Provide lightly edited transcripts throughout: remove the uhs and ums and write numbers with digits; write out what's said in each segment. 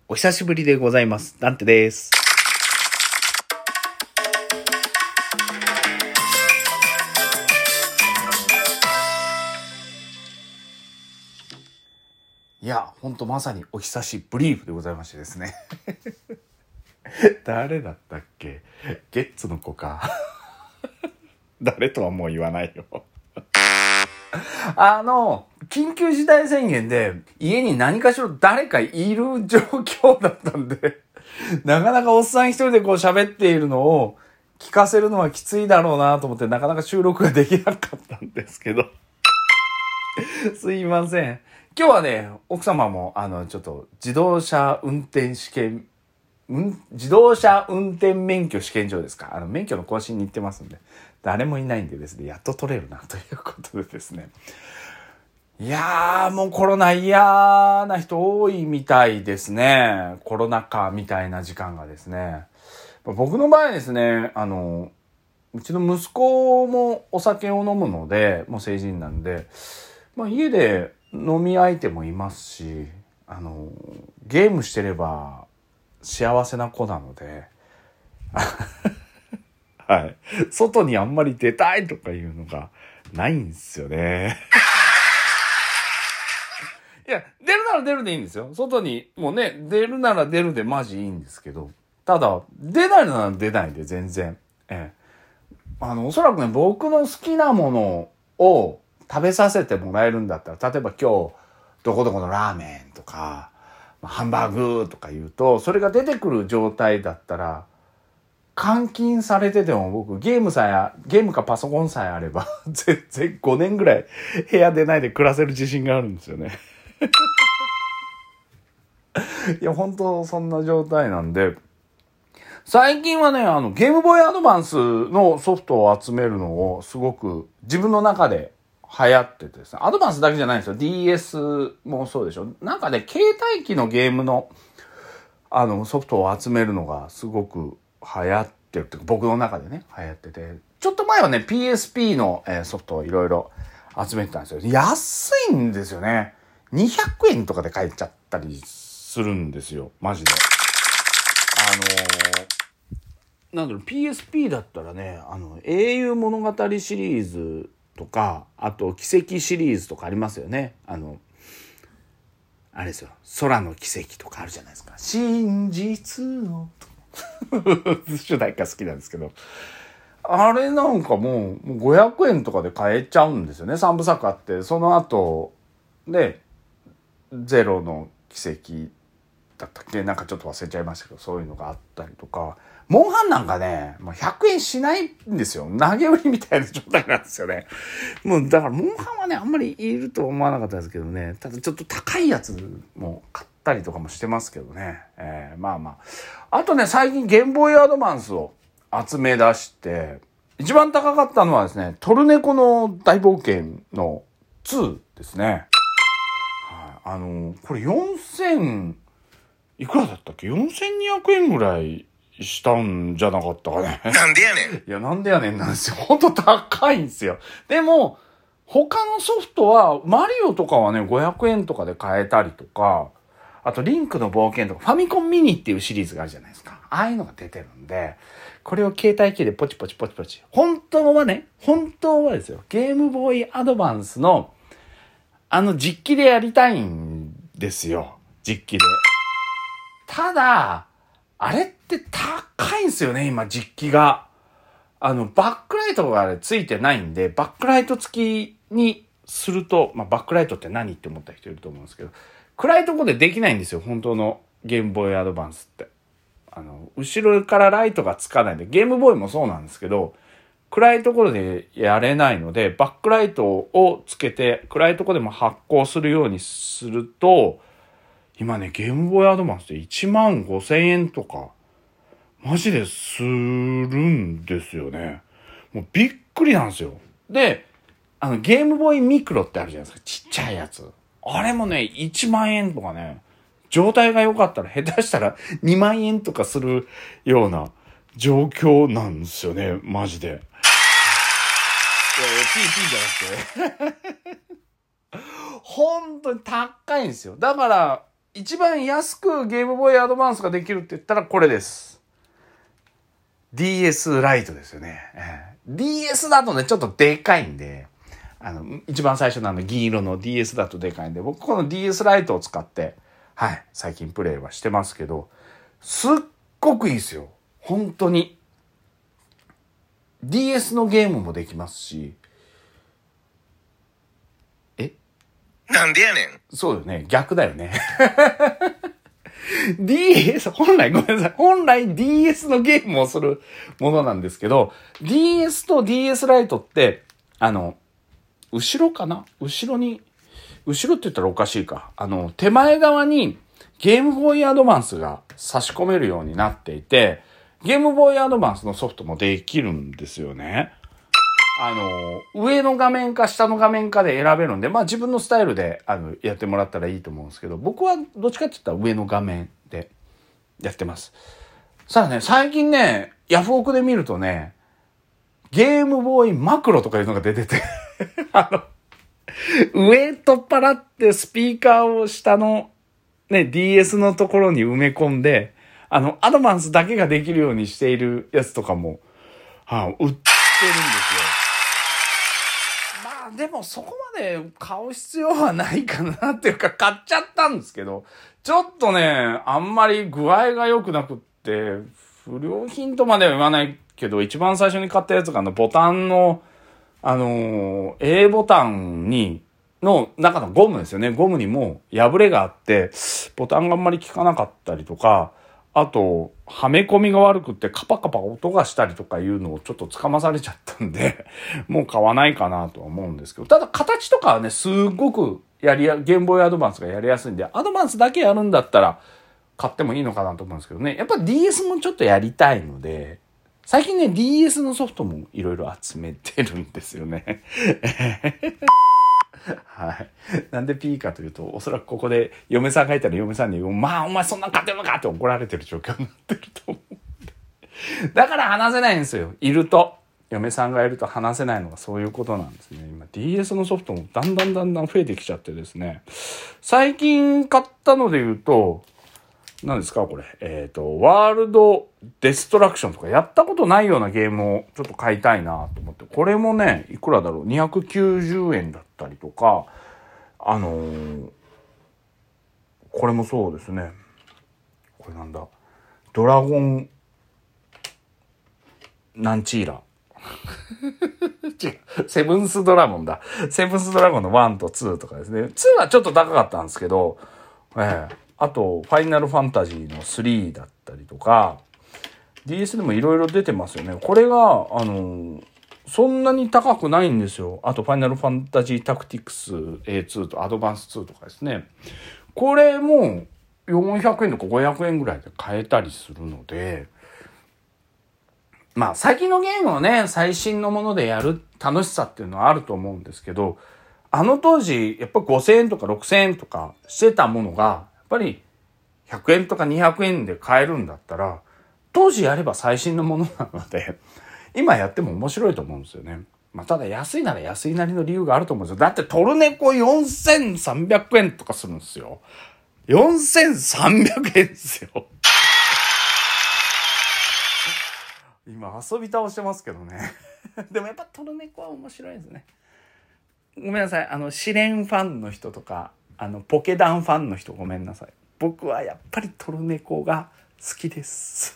お久しぶりでございます。ダンテです。いや、ほんとまさにお久しぶりでございましてですね。誰だったっけ？ゲッツの子か。誰とはもう言わないよ。緊急事態宣言で家に何かしら誰かいる状況だったんで、なかなかおっさん一人でこう喋っているのを聞かせるのはきついだろうなと思ってなかなか収録ができなかったんですけど。すいません。今日はね、奥様もちょっと自動車運転免許試験場ですか。免許の更新に行ってますんで、誰もいないんでですね、やっと取れるなということでですね。いやー、もうコロナ嫌な人多いみたいですね。コロナ禍みたいな時間がですね。僕の場合ですね、うちの息子もお酒を飲むので、もう成人なんで、家で飲み相手もいますし、ゲームしてれば幸せな子なので、はい。外にあんまり出たいとかいうのがないんですよね。いや、出るなら出るでいいんですよ。外に、もうね、出るなら出るでマジいいんですけど、ただ、出ないなら出ないで全然。おそらくね、僕の好きなものを食べさせてもらえるんだったら、例えば今日、どこどこのラーメンとか、ハンバーグとか言うと、それが出てくる状態だったら、監禁されてても僕ゲームかパソコンさえあれば全然5年ぐらい部屋出ないで暮らせる自信があるんですよね。いや本当そんな状態なんで、最近はねゲームボーイアドバンスのソフトを集めるのをすごく自分の中で流行っててですね、アドバンスだけじゃないんですよ。 DS もそうでしょ。なんかね携帯機のゲームのソフトを集めるのがすごく流行ってるっていうか、僕の中でね流行ってて、ちょっと前はね PSP のソフトをいろいろ集めてたんですよ。安いんですよね。200円とかで買えちゃったりするんですよマジで。なんだろう、 PSP だったらね英雄物語シリーズとか、あと奇跡シリーズとかありますよね。あれですよ、空の奇跡とかあるじゃないですか。真実の主題歌好きなんですけど、あれなんかもう500円とかで買えちゃうんですよね。3部作あって、その後でゼロの奇跡だったっけ、なんかちょっと忘れちゃいましたけど、そういうのがあったりとか、モンハンなんかね、100円しないんですよ。投げ売りみたいな状態なんですよね。もうだからモンハンはねあんまりいると思わなかったですけどね。ただちょっと高いやつも買ったりとかもしてますけどね。あとね最近ゲームボーイアドバンスを集め出して、一番高かったのはですね、トルネコの大冒険の2ですね。これ4000いくらだったっけ、4200円ぐらいしたんじゃなかったかね。 なんでやねん。 いや、なんでやねんなんですよ。ほんと高いんですよ。でも、他のソフトは、マリオとかはね、500円とかで買えたりとか、あと、リンクの冒険とか、ファミコンミニっていうシリーズがあるじゃないですか。ああいうのが出てるんで、これを携帯機でポチポチポチポチ。本当はですよ。ゲームボーイアドバンスの、実機でやりたいんですよ。実機で。ただ、あれって高いんですよね、今、実機が。バックライトがついてないんで、バックライト付きにすると、バックライトって何って思った人いると思うんですけど、暗いとこでできないんですよ、本当のゲームボーイアドバンスって。後ろからライトがつかないんで、ゲームボーイもそうなんですけど、暗いところでやれないので、バックライトをつけて、暗いところでも発光するようにすると、今ね、ゲームボーイアドバンスって15000円とか、マジでするんですよね。もうびっくりなんですよ。で、ゲームボーイミクロってあるじゃないですか。ちっちゃいやつ。あれもね、1万円とかね、状態が良かったら下手したら2万円とかするような状況なんですよね、マジで。いや、ピーじゃなくて。本当に高いんですよ。だから、 一番安くゲームボーイアドバンスができるって言ったらこれです。DS ライトですよね。DS だとね、ちょっとでかいんで、一番最初の銀色の DS だとでかいんで、僕この DS ライトを使って、はい、最近プレイはしてますけど、すっごくいいですよ。本当に。DS のゲームもできますし、 なんでやねん。 そうよね。逆だよね。DS、本来、ごめんなさい。本来 DS のゲームをするものなんですけど、DS と DS ライトって、後ろかな？後ろって言ったらおかしいか。手前側にゲームボーイアドバンスが差し込めるようになっていて、ゲームボーイアドバンスのソフトもできるんですよね。上の画面か下の画面かで選べるんで、まあ自分のスタイルで、やってもらったらいいと思うんですけど、僕はどっちかって言ったら上の画面でやってます。さあね、最近ね、ヤフオクで見るとね、ゲームボーイマクロとかいうのが出てて、上取っ払ってスピーカーを下のね、DS のところに埋め込んで、アドバンスだけができるようにしているやつとかも、売ってるんですよ。でもそこまで買う必要はないかなっていうか買っちゃったんですけど、ちょっとね、あんまり具合が良くなくって、不良品とまでは言わないけど、一番最初に買ったやつがボタンの、A ボタンの中のゴムですよね。ゴムにも破れがあって、ボタンがあんまり効かなかったりとか、あと、はめ込みが悪くってカパカパ音がしたりとかいうのをちょっとつかまされちゃったんで、もう買わないかなとは思うんですけど、ただ形とかはね、すっごくゲームボーイアドバンスがやりやすいんで、アドバンスだけやるんだったら買ってもいいのかなと思うんですけどね。やっぱ DS もちょっとやりたいので、最近ね、DS のソフトもいろいろ集めてるんですよね。はい。なんで P かというと、おそらくここで嫁さんがいたら嫁さんに、まあお前そんな買ってるのかって怒られてる状況になってると思うんで。だから話せないんですよ。嫁さんがいると話せないのがそういうことなんですね。今 DS のソフトもだんだん増えてきちゃってですね。最近買ったので言うと、何ですかこれ。ワールドデストラクションとかやったことないようなゲームをちょっと買いたいなと思って。これもね、いくらだろう ?290 円だったりとか、これもそうですね。これなんだ。ドラゴン、なんちーら。違う。セブンスドラゴンだ。セブンスドラゴンの1と2とかですね。2はちょっと高かったんですけど、あと、ファイナルファンタジーの3だったりとか、DS でもいろいろ出てますよね。これが、そんなに高くないんですよ。あと、ファイナルファンタジータクティクス A2 とアドバンス2とかですね。これも400円とか500円ぐらいで買えたりするので、まあ、最近のゲームをね、最新のものでやる楽しさっていうのはあると思うんですけど、当時、やっぱ5000円とか6000円とかしてたものが、やっぱり100円とか200円で買えるんだったら、当時やれば最新のものなので、今やっても面白いと思うんですよね。まあ、ただ安いなら安いなりの理由があると思うんですよ。だってトルネコ4300円とかするんですよ。4300円ですよ。今遊び倒してますけどね。でもやっぱトルネコは面白いですね。ごめんなさい。試練ファンの人とか、ポケダンファンの人ごめんなさい。僕はやっぱりトルネコが好きです。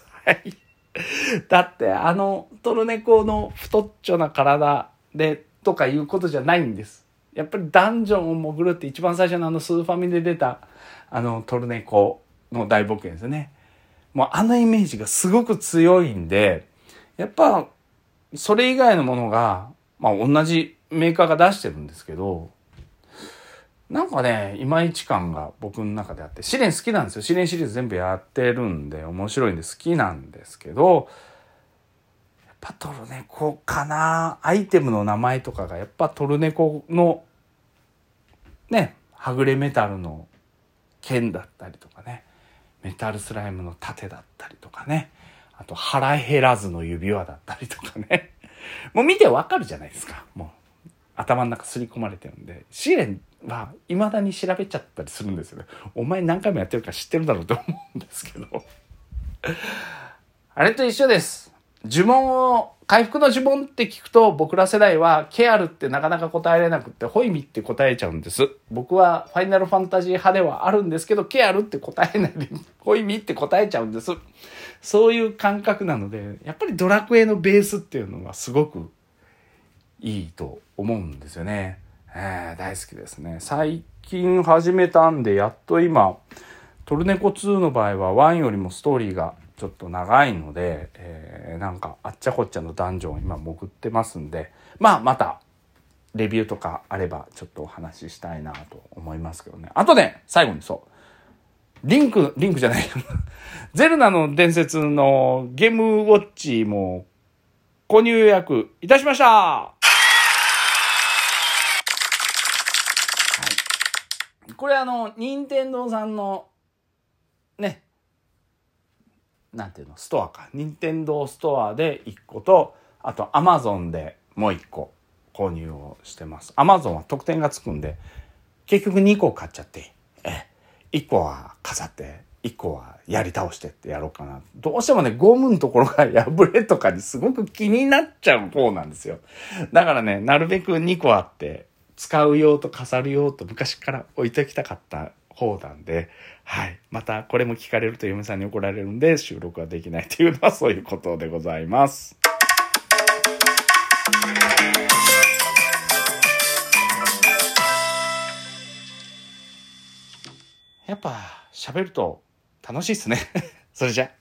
はい。だってトルネコの太っちょな体でとかいうことじゃないんです。やっぱりダンジョンを潜るって一番最初のスーファミで出たトルネコの大冒険ですよね。もうイメージがすごく強いんで、やっぱそれ以外のものがまあ同じメーカーが出してるんですけど、なんかね、いまいち感が僕の中であって、試練好きなんですよ。試練シリーズ全部やってるんで面白いんで好きなんですけど、やっぱトルネコかな。アイテムの名前とかがやっぱトルネコのね、はぐれメタルの剣だったりとかね、メタルスライムの盾だったりとかね、あと腹減らずの指輪だったりとかね、もう見てわかるじゃないですか。もう頭の中刷り込まれてるんで、試練は未だに調べちゃったりするんですよね。お前何回もやってるから知ってるだろうと思うんですけどあれと一緒です。回復の呪文って聞くと、僕ら世代はケアルってなかなか答えれなくってホイミって答えちゃうんです。僕はファイナルファンタジー派ではあるんですけど、ケアルって答えないでホイミって答えちゃうんです。そういう感覚なので、やっぱりドラクエのベースっていうのがすごくいいと思うんですよね。大好きですね。最近始めたんで、やっと今トルネコ2の場合は1よりもストーリーがちょっと長いので、なんかあっちゃこっちゃのダンジョンを今潜ってますんで、またレビューとかあればちょっとお話ししたいなと思いますけどね。あとね、最後にリンクじゃないゼルダの伝説のゲームウォッチも購入予約いたしました。はい。これ任天堂さんのね、なんていうの、ストアか。任天堂ストアで1個と、あと Amazon でもう1個購入をしてます。Amazon は特典がつくんで、結局2個買っちゃって、1個は飾って、1個はやり倒してってやろうかな。どうしてもね、ゴムのところが破れとかにすごく気になっちゃう方なんですよ。だからね、なるべく2個あって、使う用と飾る用と昔から置いておきたかった方なんで、はい。またこれも聞かれると嫁さんに怒られるんで収録はできないというのはそういうことでございます。やっぱ喋ると楽しいっすね。それじゃ。